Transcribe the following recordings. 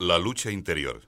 La lucha interior.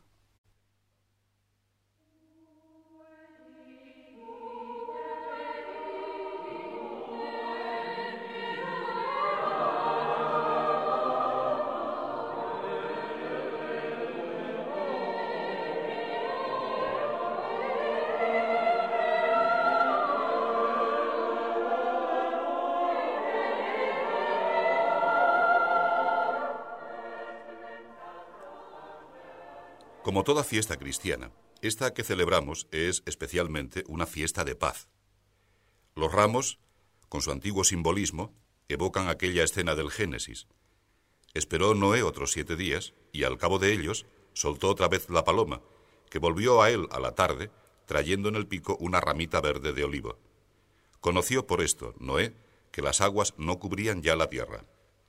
Como toda fiesta cristiana, esta que celebramos es especialmente una fiesta de paz. Los ramos, con su antiguo simbolismo, evocan aquella escena del Génesis. Esperó Noé otros 7 días y al cabo de ellos soltó otra vez la paloma, que volvió a él a la tarde, trayendo en el pico una ramita verde de olivo. Conoció por esto Noé que las aguas no cubrían ya la tierra.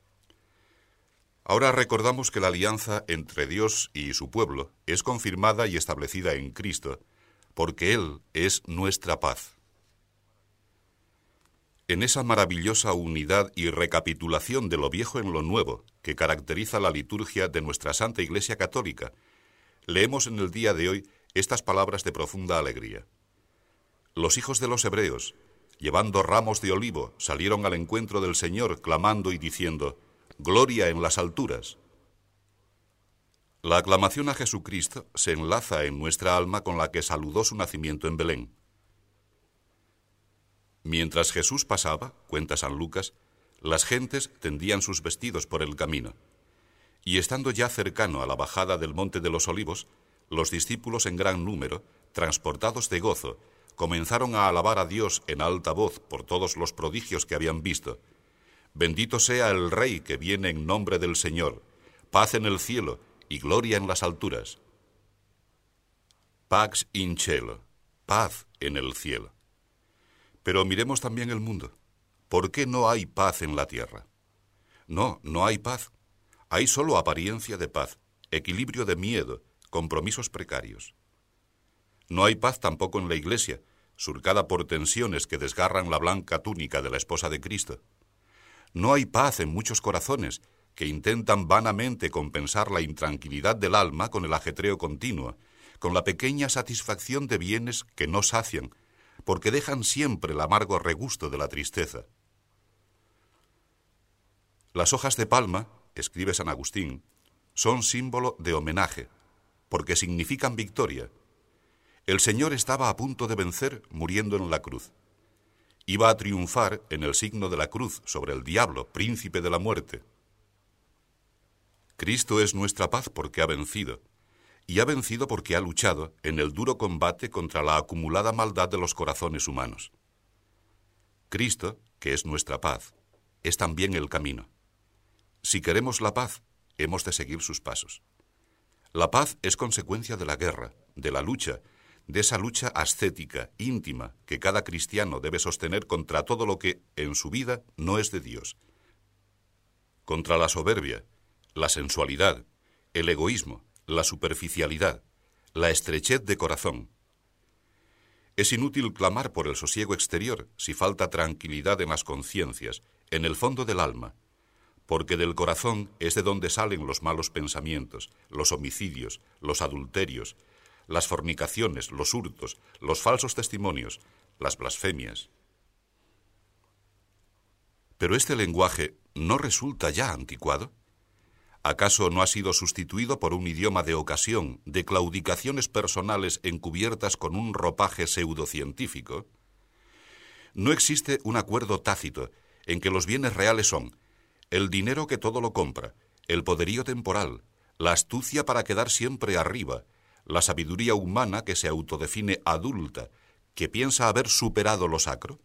Ahora recordamos que la alianza entre Dios y su pueblo es confirmada y establecida en Cristo, porque Él es nuestra paz. En esa maravillosa unidad y recapitulación de lo viejo en lo nuevo que caracteriza la liturgia de nuestra Santa Iglesia Católica, leemos en el día de hoy estas palabras de profunda alegría. Los hijos de los hebreos, llevando ramos de olivo, salieron al encuentro del Señor, clamando y diciendo: «Gloria en las alturas». La aclamación a Jesucristo se enlaza en nuestra alma con la que saludó su nacimiento en Belén. Mientras Jesús pasaba, cuenta San Lucas, las gentes tendían sus vestidos por el camino, y estando ya cercano a la bajada del Monte de los Olivos, los discípulos en gran número, transportados de gozo, comenzaron a alabar a Dios en alta voz por todos los prodigios que habían visto. «Bendito sea el Rey que viene en nombre del Señor, paz en el cielo y gloria en las alturas». Pax in cielo, paz en el cielo. Pero miremos también el mundo. ¿Por qué no hay paz en la tierra? No hay paz. Hay solo apariencia de paz, equilibrio de miedo, compromisos precarios. No hay paz tampoco en la Iglesia, surcada por tensiones que desgarran la blanca túnica de la esposa de Cristo. No hay paz en muchos corazones que intentan vanamente compensar la intranquilidad del alma con el ajetreo continuo, con la pequeña satisfacción de bienes que no sacian, porque dejan siempre el amargo regusto de la tristeza. Las hojas de palma, escribe San Agustín, son símbolo de homenaje, porque significan victoria. El Señor estaba a punto de vencer muriendo en la cruz. Iba a triunfar en el signo de la cruz sobre el diablo, príncipe de la muerte. Cristo es nuestra paz porque ha vencido, y ha vencido porque ha luchado en el duro combate contra la acumulada maldad de los corazones humanos. Cristo, que es nuestra paz, es también el camino. Si queremos la paz, hemos de seguir sus pasos. La paz es consecuencia de la guerra, de la lucha, de esa lucha ascética, íntima, que cada cristiano debe sostener contra todo lo que, en su vida, no es de Dios. Contra la soberbia, la sensualidad, el egoísmo, la superficialidad, la estrechez de corazón. Es inútil clamar por el sosiego exterior si falta tranquilidad en las conciencias, en el fondo del alma, porque del corazón es de donde salen los malos pensamientos, los homicidios, los adulterios, las fornicaciones, los hurtos, los falsos testimonios, las blasfemias. ¿Pero este lenguaje no resulta ya anticuado? ¿Acaso no ha sido sustituido por un idioma de ocasión, de claudicaciones personales encubiertas con un ropaje pseudocientífico? No existe un acuerdo tácito en que los bienes reales son el dinero que todo lo compra, el poderío temporal, la astucia para quedar siempre arriba, la sabiduría humana que se autodefine adulta, que piensa haber superado lo sacro.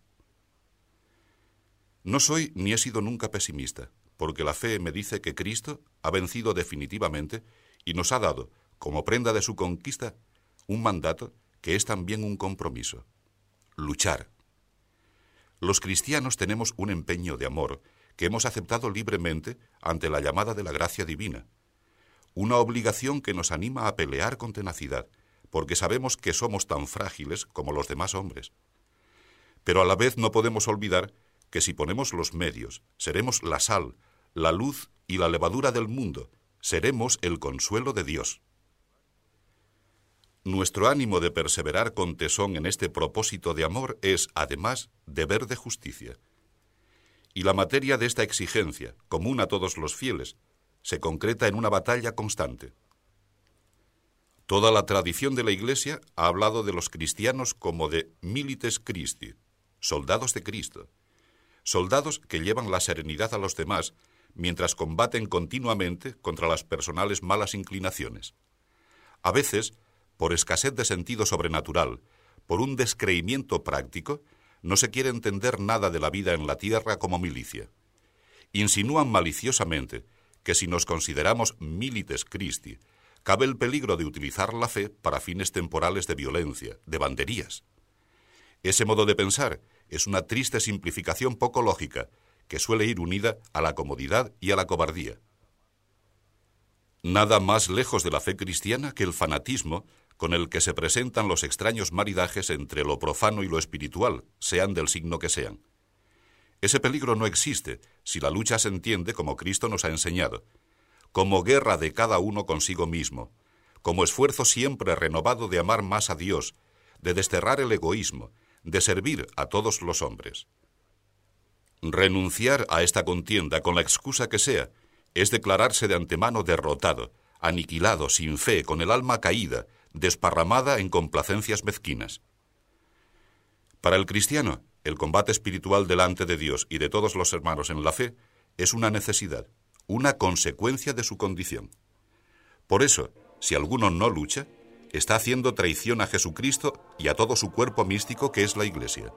No soy ni he sido nunca pesimista, porque la fe me dice que Cristo ha vencido definitivamente y nos ha dado, como prenda de su conquista, un mandato que es también un compromiso: luchar. Los cristianos tenemos un empeño de amor que hemos aceptado libremente ante la llamada de la gracia divina, una obligación que nos anima a pelear con tenacidad, porque sabemos que somos tan frágiles como los demás hombres. Pero a la vez no podemos olvidar que si ponemos los medios, seremos la sal, la luz y la levadura del mundo, seremos el consuelo de Dios. Nuestro ánimo de perseverar con tesón en este propósito de amor es, además, deber de justicia. Y la materia de esta exigencia, común a todos los fieles, se concreta en una batalla constante. Toda la tradición de la Iglesia ha hablado de los cristianos como de milites Christi, soldados de Cristo, soldados que llevan la serenidad a los demás mientras combaten continuamente contra las personales malas inclinaciones. A veces, por escasez de sentido sobrenatural, por un descreimiento práctico, no se quiere entender nada de la vida en la tierra como milicia. Insinúan maliciosamente que si nos consideramos milites Christi, cabe el peligro de utilizar la fe para fines temporales de violencia, de banderías. Ese modo de pensar es una triste simplificación poco lógica que suele ir unida a la comodidad y a la cobardía. Nada más lejos de la fe cristiana que el fanatismo con el que se presentan los extraños maridajes entre lo profano y lo espiritual, sean del signo que sean. Ese peligro no existe si la lucha se entiende como Cristo nos ha enseñado, como guerra de cada uno consigo mismo, como esfuerzo siempre renovado de amar más a Dios, de desterrar el egoísmo, de servir a todos los hombres. Renunciar a esta contienda con la excusa que sea es declararse de antemano derrotado, aniquilado, sin fe, con el alma caída, desparramada en complacencias mezquinas. Para el cristiano, el combate espiritual delante de Dios y de todos los hermanos en la fe es una necesidad, una consecuencia de su condición. Por eso, si alguno no lucha, está haciendo traición a Jesucristo y a todo su cuerpo místico que es la Iglesia.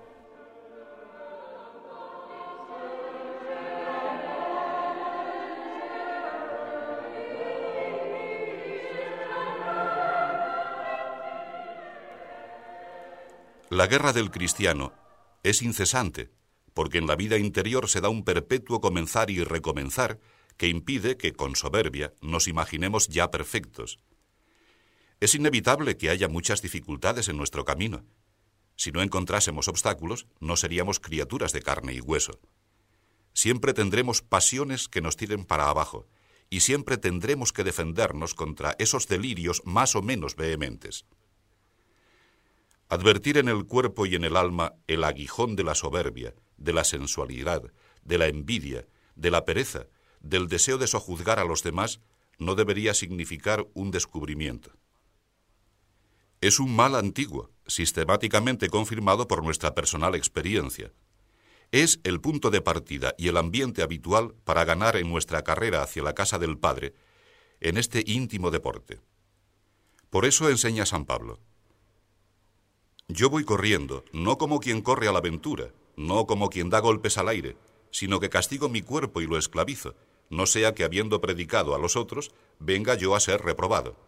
La guerra del cristiano es incesante, porque en la vida interior se da un perpetuo comenzar y recomenzar que impide que, con soberbia, nos imaginemos ya perfectos. Es inevitable que haya muchas dificultades en nuestro camino. Si no encontrásemos obstáculos, no seríamos criaturas de carne y hueso. Siempre tendremos pasiones que nos tiren para abajo, y siempre tendremos que defendernos contra esos delirios más o menos vehementes. Advertir en el cuerpo y en el alma el aguijón de la soberbia, de la sensualidad, de la envidia, de la pereza, del deseo de sojuzgar a los demás, no debería significar un descubrimiento. Es un mal antiguo, sistemáticamente confirmado por nuestra personal experiencia. Es el punto de partida y el ambiente habitual para ganar en nuestra carrera hacia la casa del Padre, en este íntimo deporte. Por eso enseña San Pablo: yo voy corriendo, no como quien corre a la aventura, no como quien da golpes al aire, sino que castigo mi cuerpo y lo esclavizo, no sea que habiendo predicado a los otros, venga yo a ser reprobado.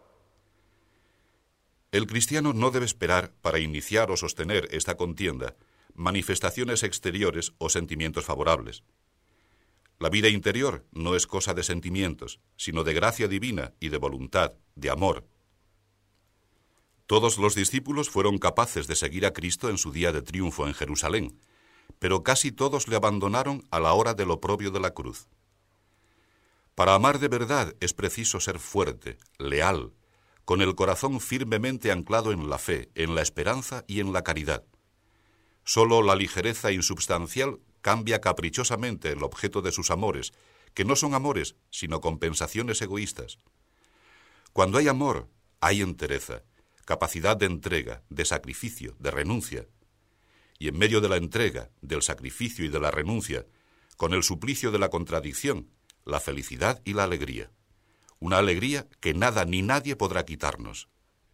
El cristiano no debe esperar, para iniciar o sostener esta contienda, manifestaciones exteriores o sentimientos favorables. La vida interior no es cosa de sentimientos, sino de gracia divina y de voluntad, de amor. Todos los discípulos fueron capaces de seguir a Cristo en su día de triunfo en Jerusalén, pero casi todos le abandonaron a la hora del oprobio de la cruz. Para amar de verdad es preciso ser fuerte, leal, con el corazón firmemente anclado en la fe, en la esperanza y en la caridad. Solo la ligereza insubstancial cambia caprichosamente el objeto de sus amores, que no son amores, sino compensaciones egoístas. Cuando hay amor, hay entereza, capacidad de entrega, de sacrificio, de renuncia. Y en medio de la entrega, del sacrificio y de la renuncia, con el suplicio de la contradicción, la felicidad y la alegría. Una alegría que nada ni nadie podrá quitarnos.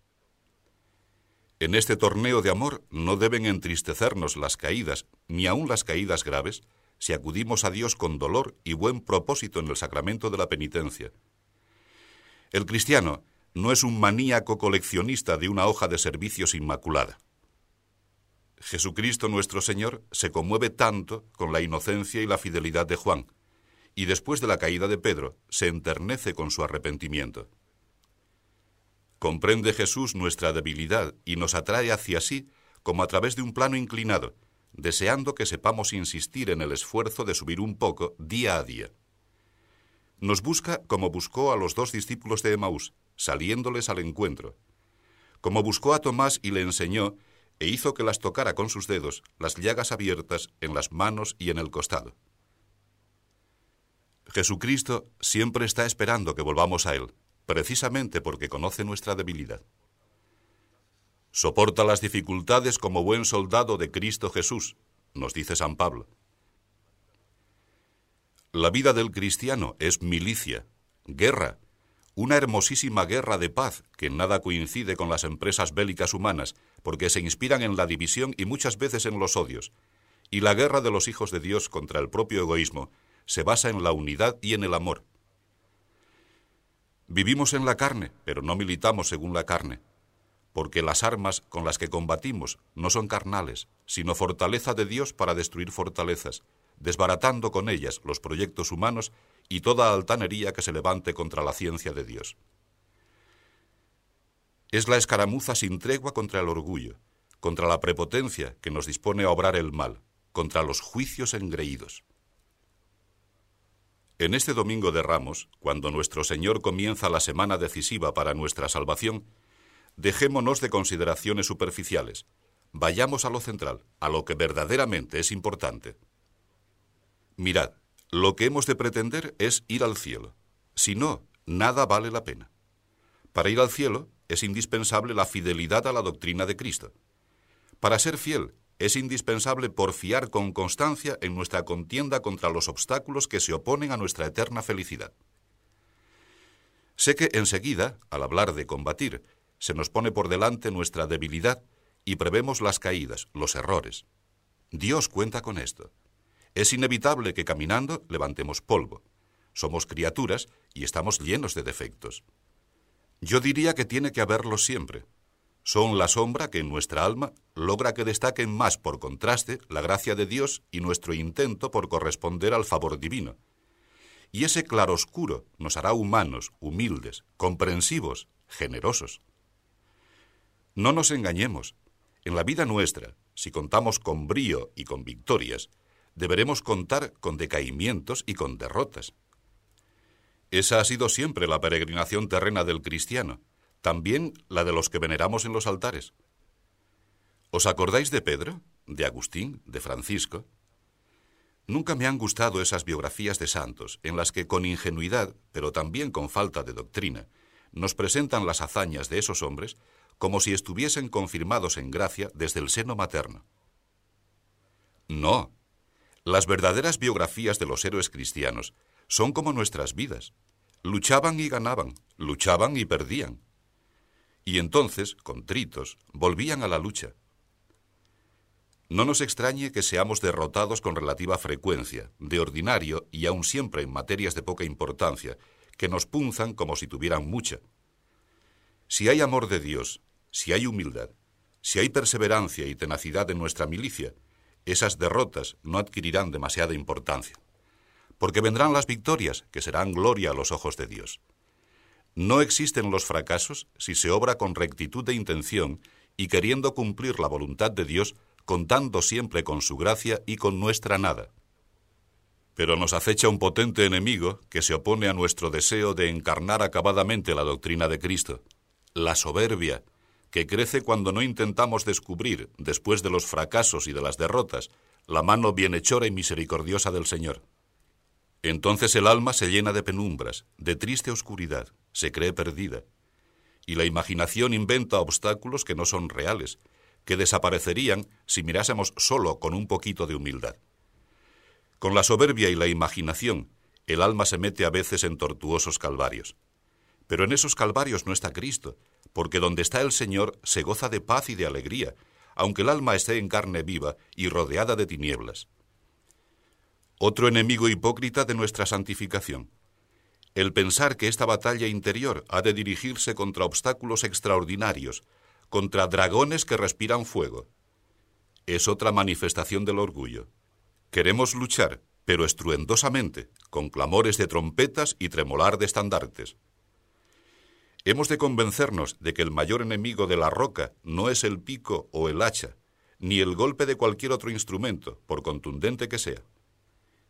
En este torneo de amor no deben entristecernos las caídas, ni aun las caídas graves, si acudimos a Dios con dolor y buen propósito en el sacramento de la penitencia. El cristiano no es un maníaco coleccionista de una hoja de servicios inmaculada. Jesucristo nuestro Señor se conmueve tanto con la inocencia y la fidelidad de Juan, y después de la caída de Pedro, se enternece con su arrepentimiento. Comprende Jesús nuestra debilidad y nos atrae hacia sí como a través de un plano inclinado, deseando que sepamos insistir en el esfuerzo de subir un poco día a día. Nos busca como buscó a los 2 discípulos de Emaús, saliéndoles al encuentro. Como buscó a Tomás y le enseñó, e hizo que las tocara con sus dedos, las llagas abiertas en las manos y en el costado. Jesucristo siempre está esperando que volvamos a Él, precisamente porque conoce nuestra debilidad. Soporta las dificultades como buen soldado de Cristo Jesús, nos dice San Pablo. La vida del cristiano es milicia, guerra, una hermosísima guerra de paz que en nada coincide con las empresas bélicas humanas, porque se inspiran en la división y muchas veces en los odios. Y la guerra de los hijos de Dios contra el propio egoísmo se basa en la unidad y en el amor. Vivimos en la carne, pero no militamos según la carne, porque las armas con las que combatimos no son carnales, sino fortaleza de Dios para destruir fortalezas, desbaratando con ellas los proyectos humanos y toda altanería que se levante contra la ciencia de Dios. Es la escaramuza sin tregua contra el orgullo, contra la prepotencia que nos dispone a obrar el mal, contra los juicios engreídos. En este Domingo de Ramos, cuando nuestro Señor comienza la semana decisiva para nuestra salvación, dejémonos de consideraciones superficiales, vayamos a lo central, a lo que verdaderamente es importante. Mirad, lo que hemos de pretender es ir al cielo. Si no, nada vale la pena. Para ir al cielo es indispensable la fidelidad a la doctrina de Cristo. Para ser fiel es indispensable porfiar con constancia en nuestra contienda contra los obstáculos que se oponen a nuestra eterna felicidad. Sé que enseguida, al hablar de combatir, se nos pone por delante nuestra debilidad y prevemos las caídas, los errores. Dios cuenta con esto. Es inevitable que caminando levantemos polvo. Somos criaturas y estamos llenos de defectos. Yo diría que tiene que haberlos siempre. Son la sombra que en nuestra alma logra que destaquen más por contraste la gracia de Dios y nuestro intento por corresponder al favor divino. Y ese claroscuro nos hará humanos, humildes, comprensivos, generosos. No nos engañemos. En la vida nuestra, si contamos con brío y con victorias, deberemos contar con decaimientos y con derrotas. Esa ha sido siempre la peregrinación terrena del cristiano, también la de los que veneramos en los altares. ¿Os acordáis de Pedro, de Agustín, de Francisco? Nunca me han gustado esas biografías de santos, en las que con ingenuidad, pero también con falta de doctrina, nos presentan las hazañas de esos hombres como si estuviesen confirmados en gracia desde el seno materno. No. Las verdaderas biografías de los héroes cristianos son como nuestras vidas. Luchaban y ganaban, luchaban y perdían. Y entonces, contritos, volvían a la lucha. No nos extrañe que seamos derrotados con relativa frecuencia, de ordinario y aun siempre en materias de poca importancia, que nos punzan como si tuvieran mucha. Si hay amor de Dios, si hay humildad, si hay perseverancia y tenacidad en nuestra milicia, esas derrotas no adquirirán demasiada importancia, porque vendrán las victorias, que serán gloria a los ojos de Dios. No existen los fracasos si se obra con rectitud de intención y queriendo cumplir la voluntad de Dios, contando siempre con su gracia y con nuestra nada. Pero nos acecha un potente enemigo que se opone a nuestro deseo de encarnar acabadamente la doctrina de Cristo, la soberbia, que crece cuando no intentamos descubrir, después de los fracasos y de las derrotas, la mano bienhechora y misericordiosa del Señor. Entonces el alma se llena de penumbras, de triste oscuridad, se cree perdida, y la imaginación inventa obstáculos que no son reales, que desaparecerían si mirásemos solo con un poquito de humildad. Con la soberbia y la imaginación, el alma se mete a veces en tortuosos calvarios. Pero en esos calvarios no está Cristo, porque donde está el Señor se goza de paz y de alegría, aunque el alma esté en carne viva y rodeada de tinieblas. Otro enemigo hipócrita de nuestra santificación, el pensar que esta batalla interior ha de dirigirse contra obstáculos extraordinarios, contra dragones que respiran fuego. Es otra manifestación del orgullo. Queremos luchar, pero estruendosamente, con clamores de trompetas y tremolar de estandartes. Hemos de convencernos de que el mayor enemigo de la roca no es el pico o el hacha, ni el golpe de cualquier otro instrumento, por contundente que sea.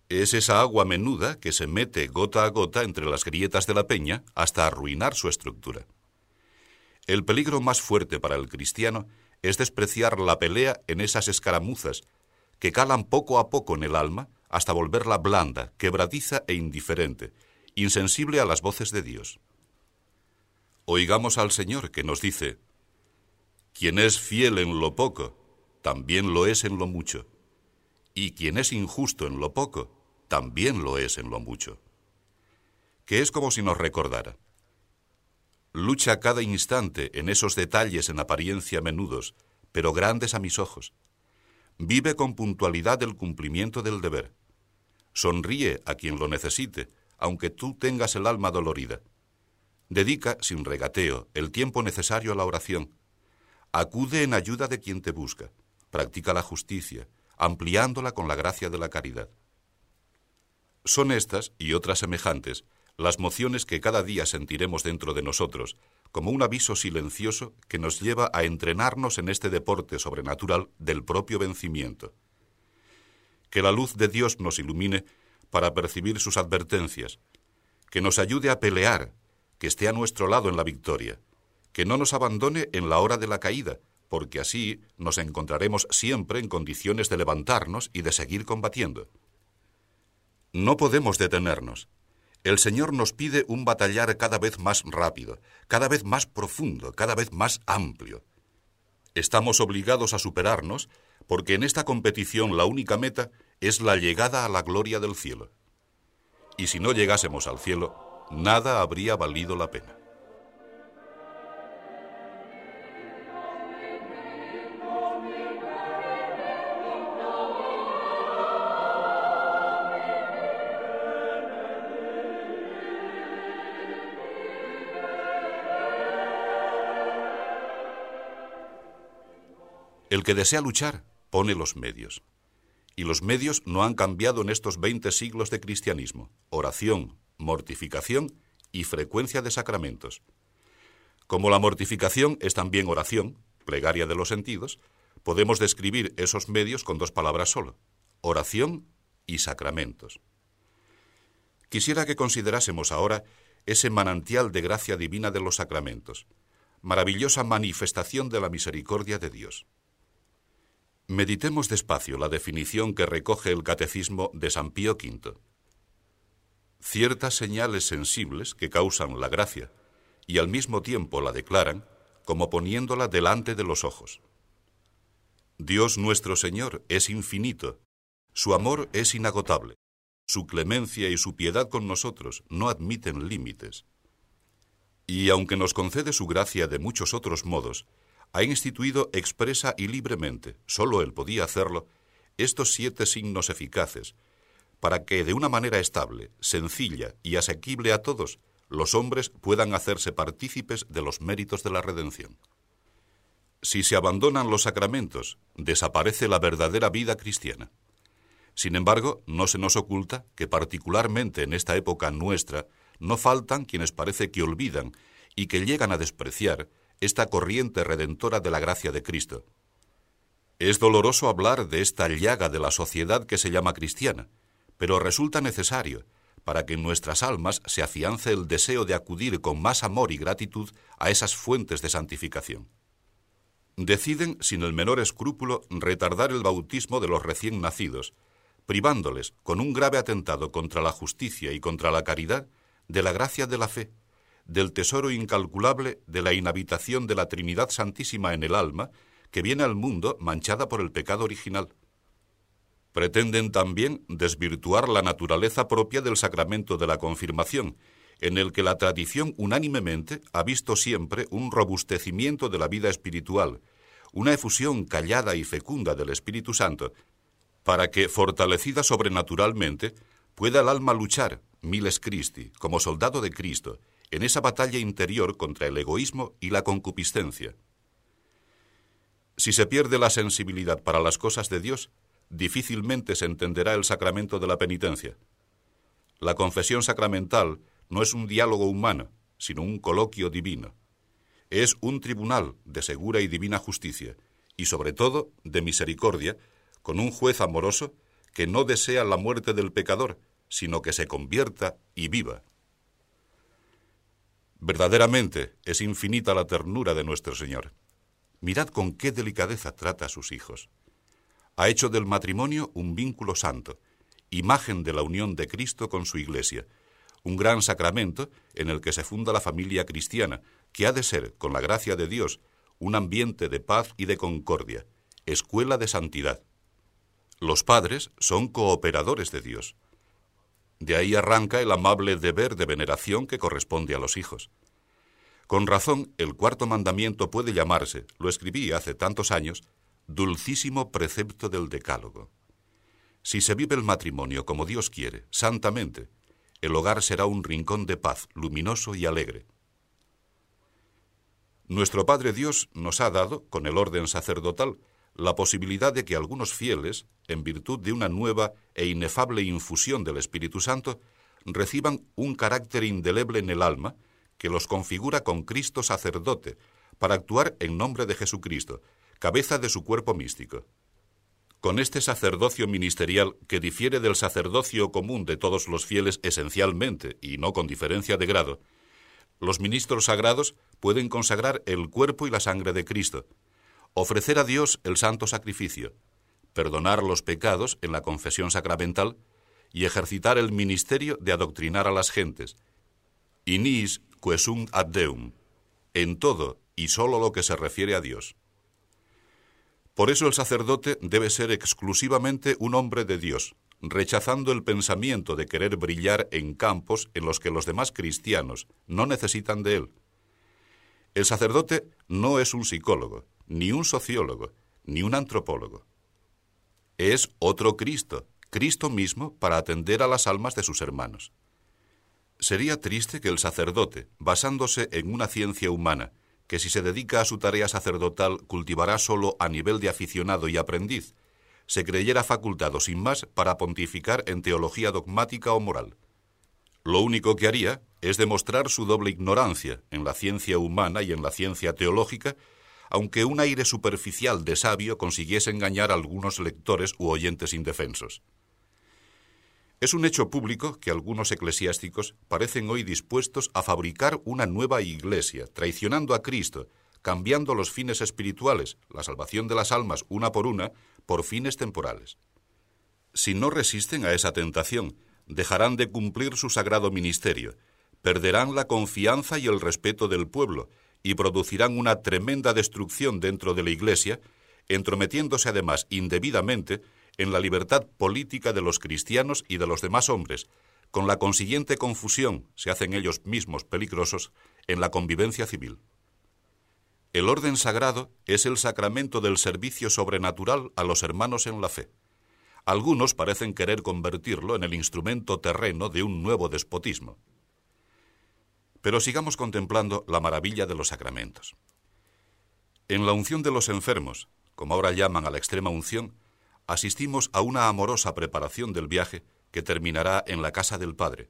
Es esa agua menuda que se mete gota a gota entre las grietas de la peña hasta arruinar su estructura. El peligro más fuerte para el cristiano es despreciar la pelea en esas escaramuzas que calan poco a poco en el alma hasta volverla blanda, quebradiza e indiferente, insensible a las voces de Dios. Oigamos al Señor que nos dice: quien es fiel en lo poco, también lo es en lo mucho, y quien es injusto en lo poco, también lo es en lo mucho. Que es como si nos recordara: lucha cada instante en esos detalles en apariencia menudos, pero grandes a mis ojos. Vive con puntualidad el cumplimiento del deber. Sonríe a quien lo necesite, aunque tú tengas el alma dolorida. Dedica, sin regateo, el tiempo necesario a la oración. Acude en ayuda de quien te busca. Practica la justicia, ampliándola con la gracia de la caridad. Son estas, y otras semejantes, las mociones que cada día sentiremos dentro de nosotros, como un aviso silencioso que nos lleva a entrenarnos en este deporte sobrenatural del propio vencimiento. Que la luz de Dios nos ilumine para percibir sus advertencias, que nos ayude a pelear, que esté a nuestro lado en la victoria, que no nos abandone en la hora de la caída, porque así nos encontraremos siempre en condiciones de levantarnos y de seguir combatiendo. No podemos detenernos. El Señor nos pide un batallar cada vez más rápido, cada vez más profundo, cada vez más amplio. Estamos obligados a superarnos porque en esta competición la única meta es la llegada a la gloria del cielo. Y si no llegásemos al cielo, nada habría valido la pena. El que desea luchar pone los medios. Y los medios no han cambiado en estos 20 siglos de cristianismo: oración, mortificación y frecuencia de sacramentos. Como la mortificación es también oración, plegaria de los sentidos, podemos describir esos medios con 2 palabras solo: oración y sacramentos. Quisiera que considerásemos ahora ese manantial de gracia divina de los sacramentos, maravillosa manifestación de la misericordia de Dios. Meditemos despacio la definición que recoge el Catecismo de San Pío V. Ciertas señales sensibles que causan la gracia y al mismo tiempo la declaran, como poniéndola delante de los ojos. Dios nuestro Señor es infinito, su amor es inagotable, su clemencia y su piedad con nosotros no admiten límites. Y aunque nos concede su gracia de muchos otros modos, ha instituido expresa y libremente, solo Él podía hacerlo, estos 7 signos eficaces, para que de una manera estable, sencilla y asequible a todos, los hombres puedan hacerse partícipes de los méritos de la redención. Si se abandonan los sacramentos, desaparece la verdadera vida cristiana. Sin embargo, no se nos oculta que particularmente en esta época nuestra no faltan quienes parece que olvidan y que llegan a despreciar esta corriente redentora de la gracia de Cristo. Es doloroso hablar de esta llaga de la sociedad que se llama cristiana, pero resulta necesario para que en nuestras almas se afiance el deseo de acudir con más amor y gratitud a esas fuentes de santificación. Deciden, sin el menor escrúpulo, retardar el bautismo de los recién nacidos, privándoles, con un grave atentado contra la justicia y contra la caridad, de la gracia de la fe, del tesoro incalculable de la inhabitación de la Trinidad Santísima en el alma, que viene al mundo manchada por el pecado original. Pretenden también desvirtuar la naturaleza propia del sacramento de la confirmación, en el que la tradición unánimemente ha visto siempre un robustecimiento de la vida espiritual, una efusión callada y fecunda del Espíritu Santo, para que, fortalecida sobrenaturalmente, pueda el alma luchar, miles Christi, como soldado de Cristo, en esa batalla interior contra el egoísmo y la concupiscencia. Si se pierde la sensibilidad para las cosas de Dios, difícilmente se entenderá el sacramento de la penitencia. La confesión sacramental no es un diálogo humano, sino un coloquio divino. Es un tribunal de segura y divina justicia, y sobre todo de misericordia, con un juez amoroso que no desea la muerte del pecador, sino que se convierta y viva. Verdaderamente es infinita la ternura de nuestro Señor. Mirad con qué delicadeza trata a sus hijos. Ha hecho del matrimonio un vínculo santo, imagen de la unión de Cristo con su Iglesia, un gran sacramento en el que se funda la familia cristiana, que ha de ser, con la gracia de Dios, un ambiente de paz y de concordia, escuela de santidad. Los padres son cooperadores de Dios. De ahí arranca el amable deber de veneración que corresponde a los hijos. Con razón, el cuarto mandamiento puede llamarse, lo escribí hace tantos años, dulcísimo precepto del Decálogo. Si se vive el matrimonio como Dios quiere, santamente, el hogar será un rincón de paz, luminoso y alegre. Nuestro Padre Dios nos ha dado, con el orden sacerdotal, la posibilidad de que algunos fieles, en virtud de una nueva e inefable infusión del Espíritu Santo, reciban un carácter indeleble en el alma que los configura con Cristo sacerdote, para actuar en nombre de Jesucristo, cabeza de su cuerpo místico. Con este sacerdocio ministerial, que difiere del sacerdocio común de todos los fieles esencialmente y no con diferencia de grado, los ministros sagrados pueden consagrar el cuerpo y la sangre de Cristo, ofrecer a Dios el santo sacrificio, perdonar los pecados en la confesión sacramental y ejercitar el ministerio de adoctrinar a las gentes. Inis que sunt ad Deum, en todo y solo lo que se refiere a Dios. Por eso el sacerdote debe ser exclusivamente un hombre de Dios, rechazando el pensamiento de querer brillar en campos en los que los demás cristianos no necesitan de él. El sacerdote no es un psicólogo, ni un sociólogo, ni un antropólogo. Es otro Cristo, Cristo mismo para atender a las almas de sus hermanos. Sería triste que el sacerdote, basándose en una ciencia humana, que si se dedica a su tarea sacerdotal cultivará solo a nivel de aficionado y aprendiz, se creyera facultado sin más para pontificar en teología dogmática o moral. Lo único que haría es demostrar su doble ignorancia en la ciencia humana y en la ciencia teológica, aunque un aire superficial de sabio consiguiese engañar a algunos lectores u oyentes indefensos. Es un hecho público que algunos eclesiásticos parecen hoy dispuestos a fabricar una nueva iglesia, traicionando a Cristo, cambiando los fines espirituales, la salvación de las almas una por fines temporales. Si no resisten a esa tentación, dejarán de cumplir su sagrado ministerio, perderán la confianza y el respeto del pueblo y producirán una tremenda destrucción dentro de la Iglesia, entrometiéndose además indebidamente en la libertad política de los cristianos y de los demás hombres, con la consiguiente confusión, se hacen ellos mismos peligrosos, en la convivencia civil. El orden sagrado es el sacramento del servicio sobrenatural a los hermanos en la fe. Algunos parecen querer convertirlo en el instrumento terreno de un nuevo despotismo. Pero sigamos contemplando la maravilla de los sacramentos. En la unción de los enfermos, como ahora llaman a la extrema unción, asistimos a una amorosa preparación del viaje que terminará en la casa del Padre.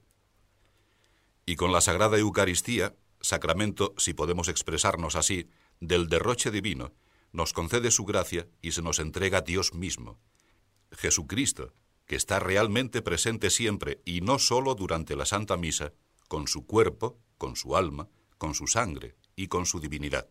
Y con la Sagrada Eucaristía, sacramento, si podemos expresarnos así, del derroche divino, nos concede su gracia y se nos entrega Dios mismo, Jesucristo, que está realmente presente siempre y no solo durante la Santa Misa, con su cuerpo, con su alma, con su sangre y con su divinidad.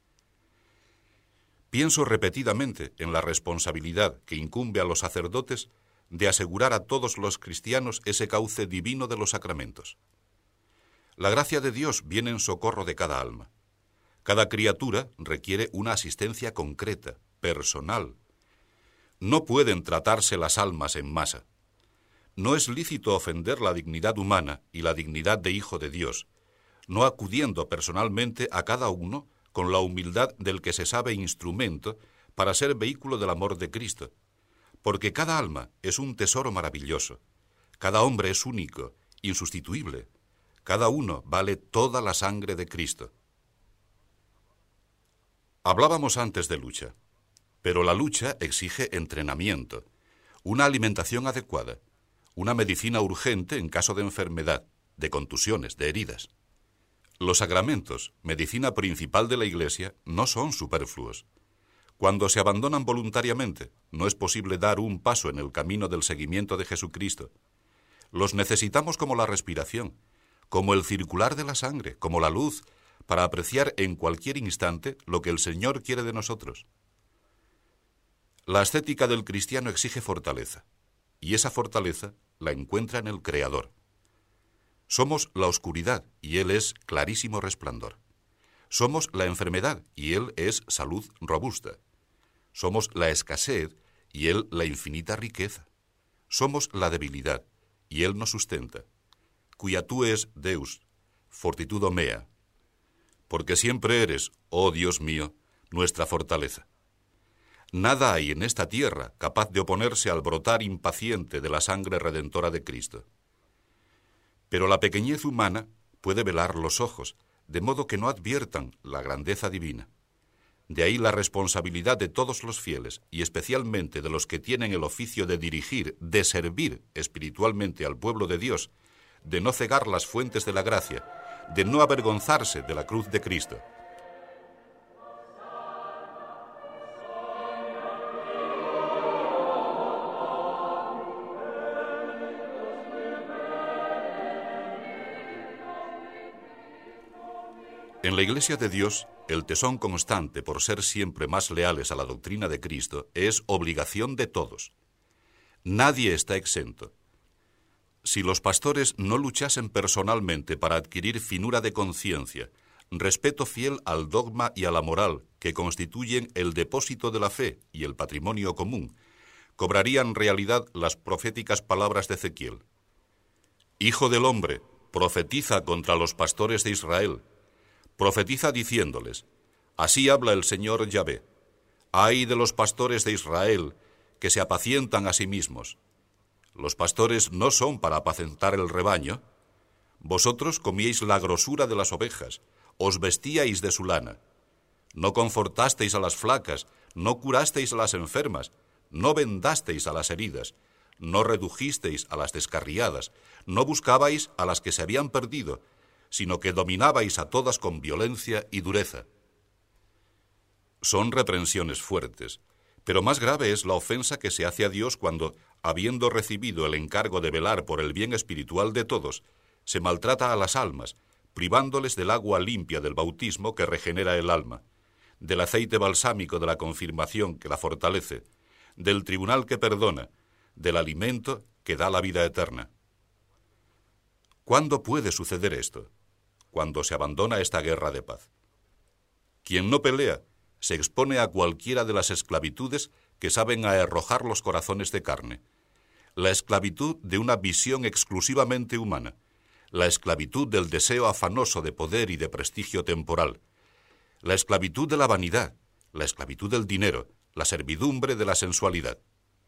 Pienso repetidamente en la responsabilidad que incumbe a los sacerdotes de asegurar a todos los cristianos ese cauce divino de los sacramentos. La gracia de Dios viene en socorro de cada alma. Cada criatura requiere una asistencia concreta, personal. No pueden tratarse las almas en masa. No es lícito ofender la dignidad humana y la dignidad de hijo de Dios, no acudiendo personalmente a cada uno con la humildad del que se sabe instrumento para ser vehículo del amor de Cristo, porque cada alma es un tesoro maravilloso, cada hombre es único, insustituible, cada uno vale toda la sangre de Cristo. Hablábamos antes de lucha, pero la lucha exige entrenamiento, una alimentación adecuada, una medicina urgente en caso de enfermedad, de contusiones, de heridas. Los sacramentos, medicina principal de la Iglesia, no son superfluos. Cuando se abandonan voluntariamente, no es posible dar un paso en el camino del seguimiento de Jesucristo. Los necesitamos como la respiración, como el circular de la sangre, como la luz, para apreciar en cualquier instante lo que el Señor quiere de nosotros. La ascética del cristiano exige fortaleza, y esa fortaleza la encuentra en el Creador. Somos la oscuridad, y Él es clarísimo resplandor. Somos la enfermedad, y Él es salud robusta. Somos la escasez, y Él la infinita riqueza. Somos la debilidad, y Él nos sustenta. Cuia tu es Deus, fortitudo mea. Porque siempre eres, oh Dios mío, nuestra fortaleza. Nada hay en esta tierra capaz de oponerse al brotar impaciente de la sangre redentora de Cristo. Pero la pequeñez humana puede velar los ojos, de modo que no adviertan la grandeza divina. De ahí la responsabilidad de todos los fieles, y especialmente de los que tienen el oficio de dirigir, de servir espiritualmente al pueblo de Dios, de no cegar las fuentes de la gracia, de no avergonzarse de la cruz de Cristo. En la Iglesia de Dios, el tesón constante por ser siempre más leales a la doctrina de Cristo es obligación de todos. Nadie está exento. Si los pastores no luchasen personalmente para adquirir finura de conciencia, respeto fiel al dogma y a la moral que constituyen el depósito de la fe y el patrimonio común, cobrarían realidad las proféticas palabras de Ezequiel. Hijo del hombre, profetiza contra los pastores de Israel. Profetiza diciéndoles, así habla el Señor Yahvé, ay de los pastores de Israel que se apacientan a sí mismos. Los pastores no son para apacentar el rebaño. Vosotros comíais la grosura de las ovejas, os vestíais de su lana. No confortasteis a las flacas, no curasteis a las enfermas, no vendasteis a las heridas, no redujisteis a las descarriadas, no buscabais a las que se habían perdido, sino que dominabais a todas con violencia y dureza. Son reprensiones fuertes, pero más grave es la ofensa que se hace a Dios cuando, habiendo recibido el encargo de velar por el bien espiritual de todos, se maltrata a las almas, privándoles del agua limpia del bautismo que regenera el alma, del aceite balsámico de la confirmación que la fortalece, del tribunal que perdona, del alimento que da la vida eterna. ¿Cuándo puede suceder esto? Cuando se abandona esta guerra de paz. Quien no pelea se expone a cualquiera de las esclavitudes que saben aherrojar los corazones de carne. La esclavitud de una visión exclusivamente humana, la esclavitud del deseo afanoso de poder y de prestigio temporal, la esclavitud de la vanidad, la esclavitud del dinero, la servidumbre de la sensualidad.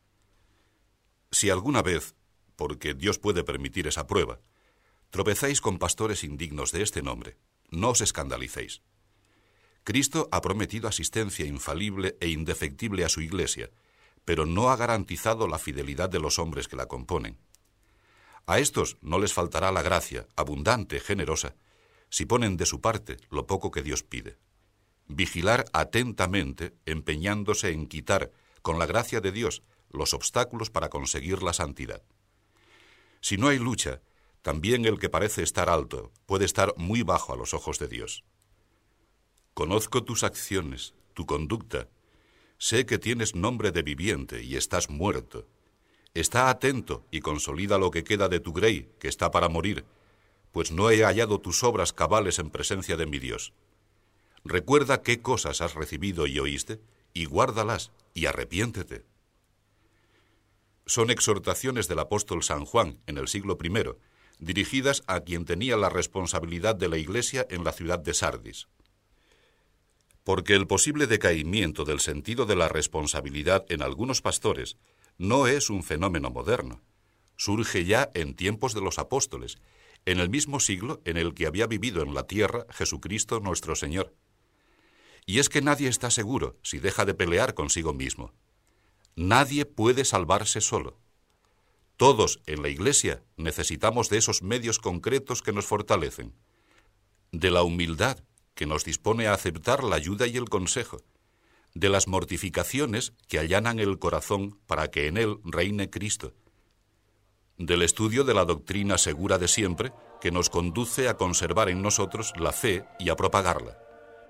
Si alguna vez, porque Dios puede permitir esa prueba, tropezáis con pastores indignos de este nombre, no os escandalicéis. Cristo ha prometido asistencia infalible e indefectible a su Iglesia, pero no ha garantizado la fidelidad de los hombres que la componen. A estos no les faltará la gracia, abundante, generosa, si ponen de su parte lo poco que Dios pide. Vigilar atentamente, empeñándose en quitar, con la gracia de Dios, los obstáculos para conseguir la santidad. Si no hay lucha, también el que parece estar alto puede estar muy bajo a los ojos de Dios. Conozco tus acciones, tu conducta. Sé que tienes nombre de viviente y estás muerto. Está atento y consolida lo que queda de tu grey, que está para morir, pues no he hallado tus obras cabales en presencia de mi Dios. Recuerda qué cosas has recibido y oíste, y guárdalas, y arrepiéntete. Son exhortaciones del apóstol San Juan en el siglo I, dirigidas a quien tenía la responsabilidad de la Iglesia en la ciudad de Sardis. Porque el posible decaimiento del sentido de la responsabilidad en algunos pastores no es un fenómeno moderno. Surge ya en tiempos de los apóstoles, en el mismo siglo en el que había vivido en la tierra Jesucristo nuestro Señor. Y es que nadie está seguro si deja de pelear consigo mismo. Nadie puede salvarse solo. Todos en la Iglesia necesitamos de esos medios concretos que nos fortalecen, de la humildad que nos dispone a aceptar la ayuda y el consejo, de las mortificaciones que allanan el corazón para que en él reine Cristo, del estudio de la doctrina segura de siempre que nos conduce a conservar en nosotros la fe y a propagarla.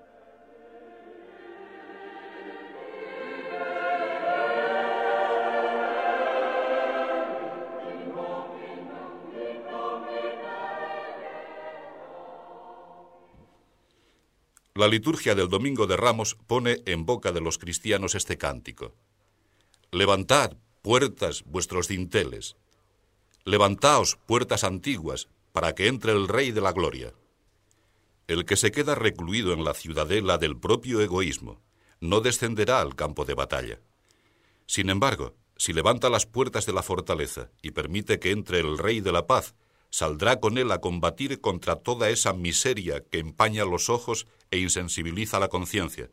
La liturgia del Domingo de Ramos pone en boca de los cristianos este cántico: Levantad, puertas, vuestros dinteles. Levantaos, puertas antiguas, para que entre el Rey de la Gloria. El que se queda recluido en la ciudadela del propio egoísmo no descenderá al campo de batalla. Sin embargo, si levanta las puertas de la fortaleza y permite que entre el Rey de la Paz, saldrá con él a combatir contra toda esa miseria que empaña los ojos e insensibiliza la conciencia.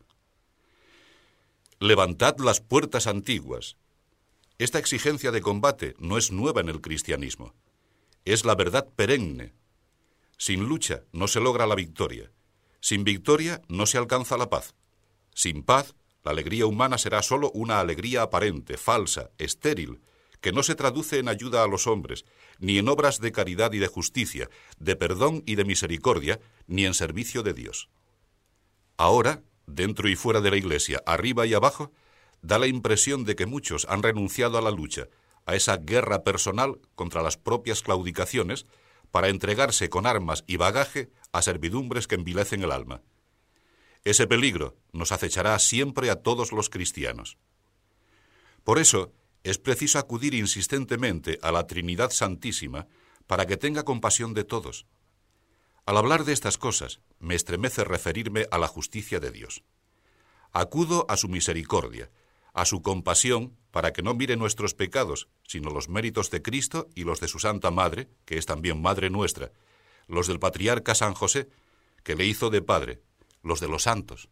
Levantad las puertas antiguas. Esta exigencia de combate no es nueva en el cristianismo. Es la verdad perenne. Sin lucha no se logra la victoria. Sin victoria no se alcanza la paz. Sin paz, la alegría humana será solo una alegría aparente, falsa, estéril, que no se traduce en ayuda a los hombres, ni en obras de caridad y de justicia, de perdón y de misericordia, ni en servicio de Dios. Ahora, dentro y fuera de la Iglesia, arriba y abajo, da la impresión de que muchos han renunciado a la lucha, a esa guerra personal contra las propias claudicaciones, para entregarse con armas y bagaje a servidumbres que envilecen el alma. Ese peligro nos acechará siempre a todos los cristianos. Por eso, es preciso acudir insistentemente a la Trinidad Santísima para que tenga compasión de todos. Al hablar de estas cosas, me estremece referirme a la justicia de Dios. Acudo a su misericordia, a su compasión, para que no mire nuestros pecados, sino los méritos de Cristo y los de su Santa Madre, que es también Madre nuestra, los del patriarca San José, que le hizo de padre, los de los santos.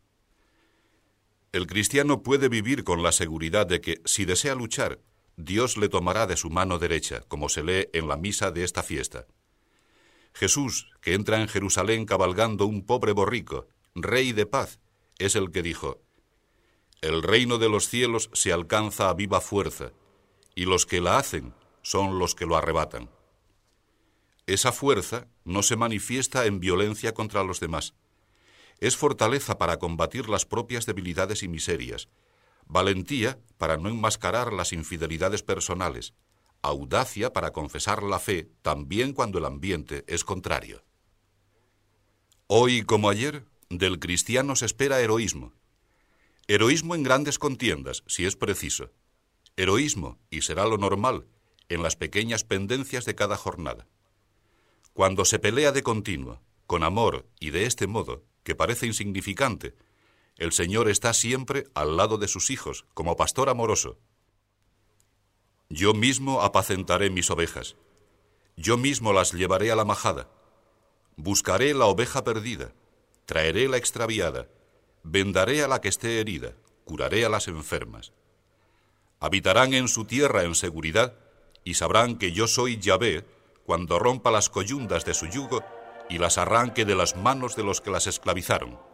El cristiano puede vivir con la seguridad de que, si desea luchar, Dios le tomará de su mano derecha, como se lee en la misa de esta fiesta. Jesús, que entra en Jerusalén cabalgando un pobre borrico, Rey de paz, es el que dijo: El reino de los cielos se alcanza a viva fuerza, y los que la hacen son los que lo arrebatan. Esa fuerza no se manifiesta en violencia contra los demás. Es fortaleza para combatir las propias debilidades y miserias, valentía para no enmascarar las infidelidades personales, audacia para confesar la fe también cuando el ambiente es contrario. Hoy como ayer, del cristiano se espera heroísmo. Heroísmo en grandes contiendas, si es preciso. Heroísmo, y será lo normal, en las pequeñas pendencias de cada jornada. Cuando se pelea de continuo, con amor y de este modo, que parece insignificante, el Señor está siempre al lado de sus hijos, como pastor amoroso. Yo mismo apacentaré mis ovejas. Yo mismo las llevaré a la majada. Buscaré la oveja perdida. Traeré la extraviada. Vendaré a la que esté herida. Curaré a las enfermas. Habitarán en su tierra en seguridad y sabrán que yo soy Yahvé cuando rompa las coyundas de su yugo y las arranque de las manos de los que las esclavizaron.